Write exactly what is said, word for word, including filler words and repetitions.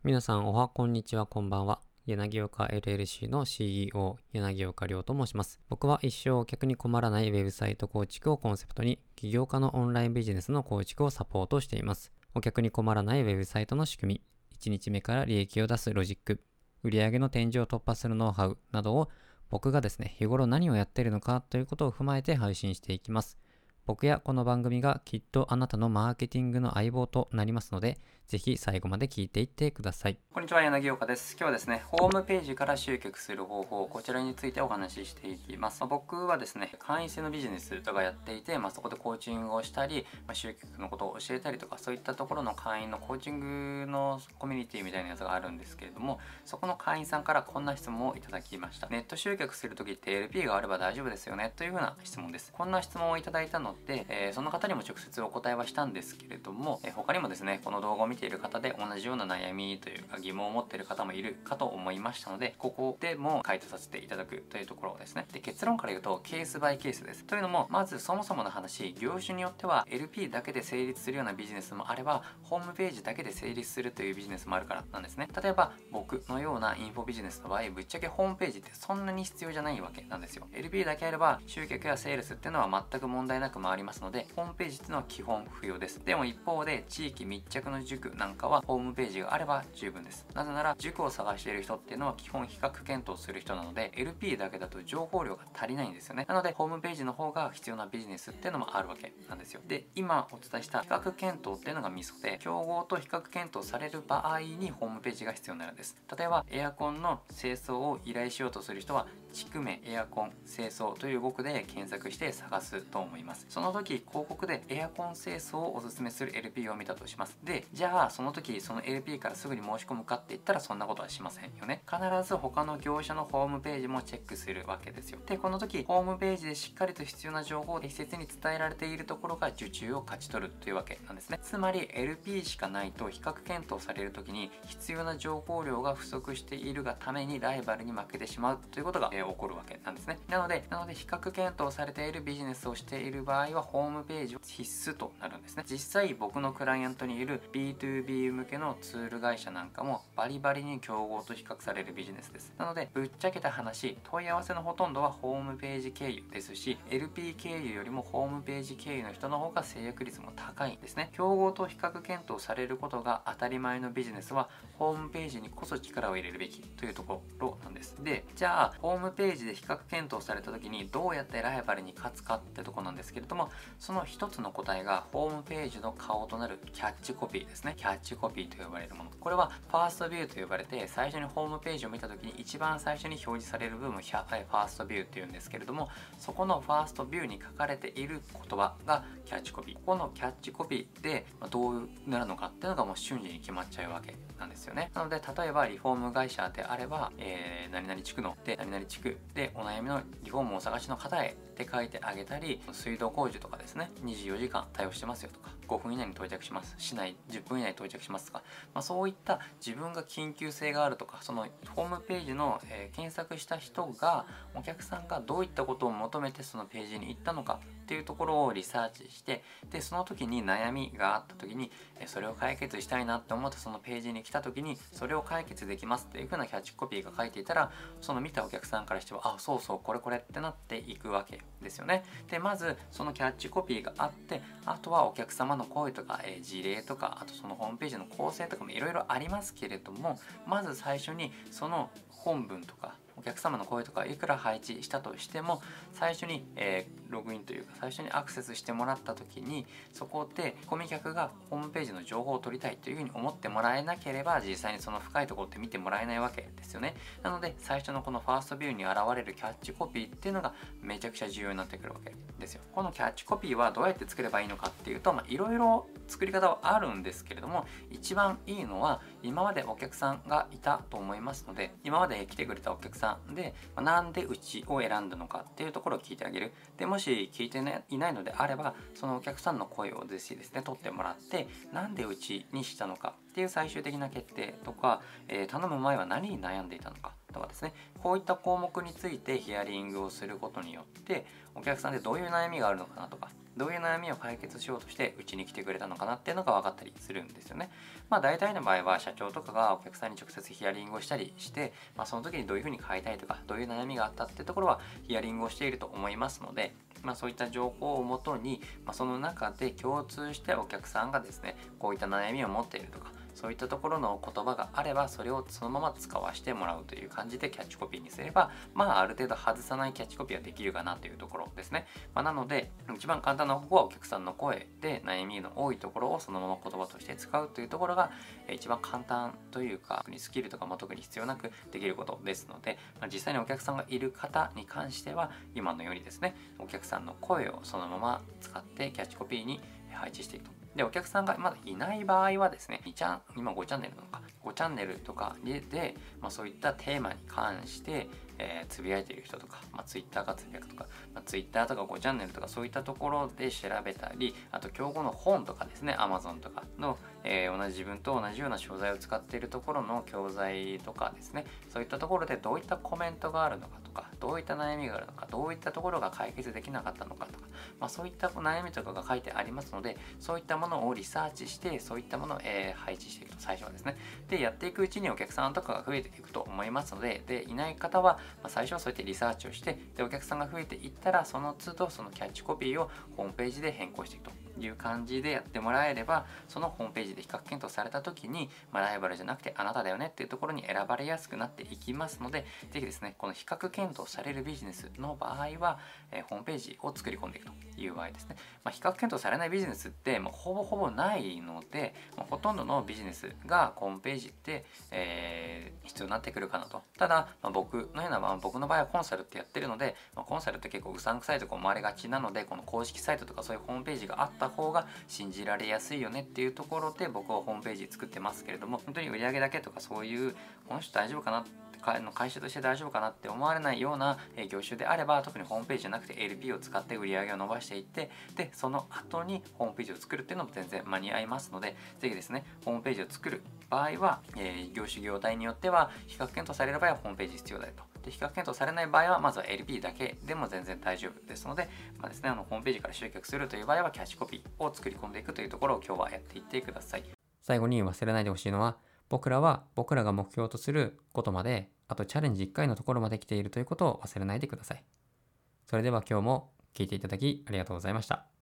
皆さんおはこんにちは、こんばんは。柳岡 エルエルシー の シーイーオー 柳岡亮と申します。僕は一生お客に困らないウェブサイト構築をコンセプトに起業家のオンラインビジネスの構築をサポートしています。お客に困らないウェブサイトの仕組み、いちにちめから利益を出すロジック、売上の天井を突破するノウハウなどを僕がですね、日頃何をやっているのかということを踏まえて配信していきます。僕やこの番組がきっとあなたのマーケティングの相棒となりますので、ぜひ最後まで聞いていってください。こんにちは、柳岡です。今日はですね、ホームページから集客する方法、こちらについてお話ししていきます。まあ、僕はですね、会員制のビジネスとかやっていて、まあ、そこでコーチングをしたり、まあ、集客のことを教えたりとか、そういったところの会員のコーチングのコミュニティみたいなやつがあるんですけれども、そこの会員さんからこんな質問をいただきました。ネット集客するときって エルピー があれば大丈夫ですよねというふうな質問です。こんな質問をいただいたので、えー、その方にも直接お答えはしたんですけれども、えー、他にもですね、この動画を見ている方で同じような悩みというか疑問を持っている方もいるかと思いましたので、ここでも回答させていただくというところですね。で、結論から言うとケースバイケースです。というのも、まずそもそもの話、業種によっては エルピー だけで成立するようなビジネスもあれば、ホームページだけで成立するというビジネスもあるからなんですね。例えば僕のようなインフォビジネスの場合、ぶっちゃけホームページってそんなに必要じゃないわけなんですよ。エルピー だけあれば集客やセールスっていうのは全く問題なく回りますので、ホームページっていうのは基本不要です。でも一方で地域密着の塾なんかはホームページがあれば十分です。なぜなら塾を探している人っていうのは基本比較検討する人なので、 エルピー だけだと情報量が足りないんですよね。なのでホームページの方が必要なビジネスっていうのもあるわけなんですよ。で、今お伝えした比較検討っていうのがミソで、競合と比較検討される場合にホームページが必要になるんです。例えばエアコンの清掃を依頼しようとする人は地区名エアコン清掃という語句で検索して探すと思います。その時広告でエアコン清掃をおすすめする エルピー を見たとします。で、じゃあその時その エルピー からすぐに申し込むかって言ったらそんなことはしませんよね。必ず他の業者のホームページもチェックするわけですよ。で、この時ホームページでしっかりと必要な情報を適切に伝えられているところが受注を勝ち取るというわけなんですね。つまり エルピー しかないと比較検討される時に必要な情報量が不足しているがためにライバルに負けてしまうということが、えー、起こるわけなんですね。なのでなので比較検討されているビジネスをしている場合はホームページは必須となるんですね。実際僕のクライアントにいる ビーツービー 向けのツール会社なんかもバリバリに競合と比較されるビジネスです。なのでぶっちゃけた話、問い合わせのほとんどはホームページ経由ですし、 エルピー 経由よりもホームページ経由の人の方が制約率も高いんですね。競合と比較検討されることが当たり前のビジネスはホームページにこそ力を入れるべきというところなんです。で、じゃあホームページで比較検討された時にどうやってライバルに勝つかってとこなんですけれども、その一つの答えがホームページの顔となるキャッチコピーですね。キャッチコピーと呼ばれるもの、これはファーストビューと呼ばれて、最初にホームページを見た時に一番最初に表示される部分をファーストビューっていうんですけれども、そこのファーストビューに書かれている言葉がキャッチコピー。ここのキャッチコピーでどうなるのかっていうのがもう瞬時に決まっちゃうわけなんですよね。なので例えばリフォーム会社であれば、えー、何々地区ので何々地区でお悩みのリフォームをお探しの方へって書いてあげたり、水道工事とかですね、にじゅうよじかん対応してますよとか、ごふん以内に到着します、市内じゅっぷん以内に到着しますとか、まあ、そういった自分が緊急性があるとか、そのホームページの、えー、検索した人が、お客さんがどういったことを求めてそのページに行ったのかっていうところをリサーチして、でその時に悩みがあった時に、えー、それを解決したいなって思ってそのページに来た時にそれを解決できますっていう風なキャッチコピーが書いていたら、その見たお客さんからしては、あ、そうそうこれこれってなっていくわけですよね。で、まずそのキャッチコピーがあって、あとはお客様の声とか、えー、事例とか、あとそのホームページの構成とかもいろいろありますけれども、まず最初にその本文とかお客様の声とかいくら配置したとしても、最初に、えー、ログインというか最初にアクセスしてもらった時に、そこで顧客がホームページの情報を取りたいというふうに思ってもらえなければ、実際にその深いところって見てもらえないわけですよね。なので最初のこのファーストビューに現れるキャッチコピーっていうのがめちゃくちゃ重要になってくるわけですよ。このキャッチコピーはどうやって作ればいいのかっていうと、いろいろ作り方はあるんですけれども、一番いいのは今までお客さんがいたと思いますので、今まで来てくれたお客さんで、なんでうちを選んだのかっていうところを聞いてあげる。で、もし聞いて、ね、いないのであれば、そのお客さんの声をぜひですね取ってもらって、なんでうちにしたのかっていう最終的な決定とか、えー、頼む前は何に悩んでいたのかとかですね、こういった項目についてヒアリングをすることによって、お客さんでどういう悩みがあるのかなとか、 どういう悩みを解決しようとしてうちに来てくれたのかなっていうのが分かったりするんですよね。まあ大体の場合は社長とかがお客さんに直接ヒアリングをしたりして、まあ、その時にどういうふうに変えたいとかどういう悩みがあったってところはヒアリングをしていると思いますので、まあ、そういった情報をもとに、まあ、その中で共通してお客さんがですねこういった悩みを持っているとかそういったところの言葉があればそれをそのまま使わせてもらうという感じでキャッチコピーにすれば、まあある程度外さないキャッチコピーはできるかなというところですね。まあ、なので一番簡単な方法はお客さんの声で悩みの多いところをそのまま言葉として使うというところが一番簡単というかスキルとかも特に必要なくできることですので、まあ、実際にお客さんがいる方に関しては今のようにですねお客さんの声をそのまま使ってキャッチコピーに配置していくと。で、お客さんがまだいない場合はですね、にチャン今ごチャンネルなのか、ごチャンネルとかで、でまあ、そういったテーマに関して、えー、つぶやいている人とか、まあ、Twitter がつぶやくとか、まあ、Twitter とかごチャンネルとかそういったところで調べたり、あと競合の本とかですね、Amazon とかの、えー、同じ自分と同じような商材を使っているところの教材とかですね、そういったところでどういったコメントがあるのかとか、どういった悩みがあるのか、どういったところが解決できなかったのかとか、まあ、そういった悩みとかが書いてありますので、そういったものをリサーチして、そういったものを、えー、配置していくと、最初はですね。で、やっていくうちにお客さんとかが増えていくと思いますので、で、いない方は、まあ、最初はそうやってリサーチをして、で、お客さんが増えていったら、その都度そのキャッチコピーをホームページで変更していくという感じでやってもらえれば、そのホームページで比較検討された時に、まあ、ライバルじゃなくてあなただよねっていうところに選ばれやすくなっていきますので、ぜひですね、この比較検討されるビジネスの場合は、えー、ホームページを作り込んでいくという場合ですね。まあ、比較検討されないビジネスって、まあ、ほぼほぼないので、まあ、ほとんどのビジネスがホームページって、えー、必要になってくるかなと。ただ、まあ、僕のような、まあ、僕の場合はコンサルってやってるので、まあ、コンサルって結構うさんくさいとか思われがちなので、この公式サイトとかそういうホームページがあった方が信じられやすいよねっていうところで僕はホームページ作ってますけれども、本当に売上だけとかそういうこの人大丈夫かなって会社として大丈夫かなって思われないような業種であれば、特にホームページじゃなくて エルピー を使って売り上げを伸ばしていって、でその後にホームページを作るっていうのも全然間に合いますので、ぜひですねホームページを作る場合は、えー、業種業態によっては比較検討される場合はホームページ必要だよと。で比較検討されない場合はまずは エルピー だけでも全然大丈夫ですので、まあですね、あのホームページから集客するという場合はキャッチコピーを作り込んでいくというところを今日はやっていってください。最後に忘れないでほしいのは、僕らは僕らが目標とすることまで、あとチャレンジいっかいのところまで来ているということを忘れないでください。それでは今日も聞いていただきありがとうございました。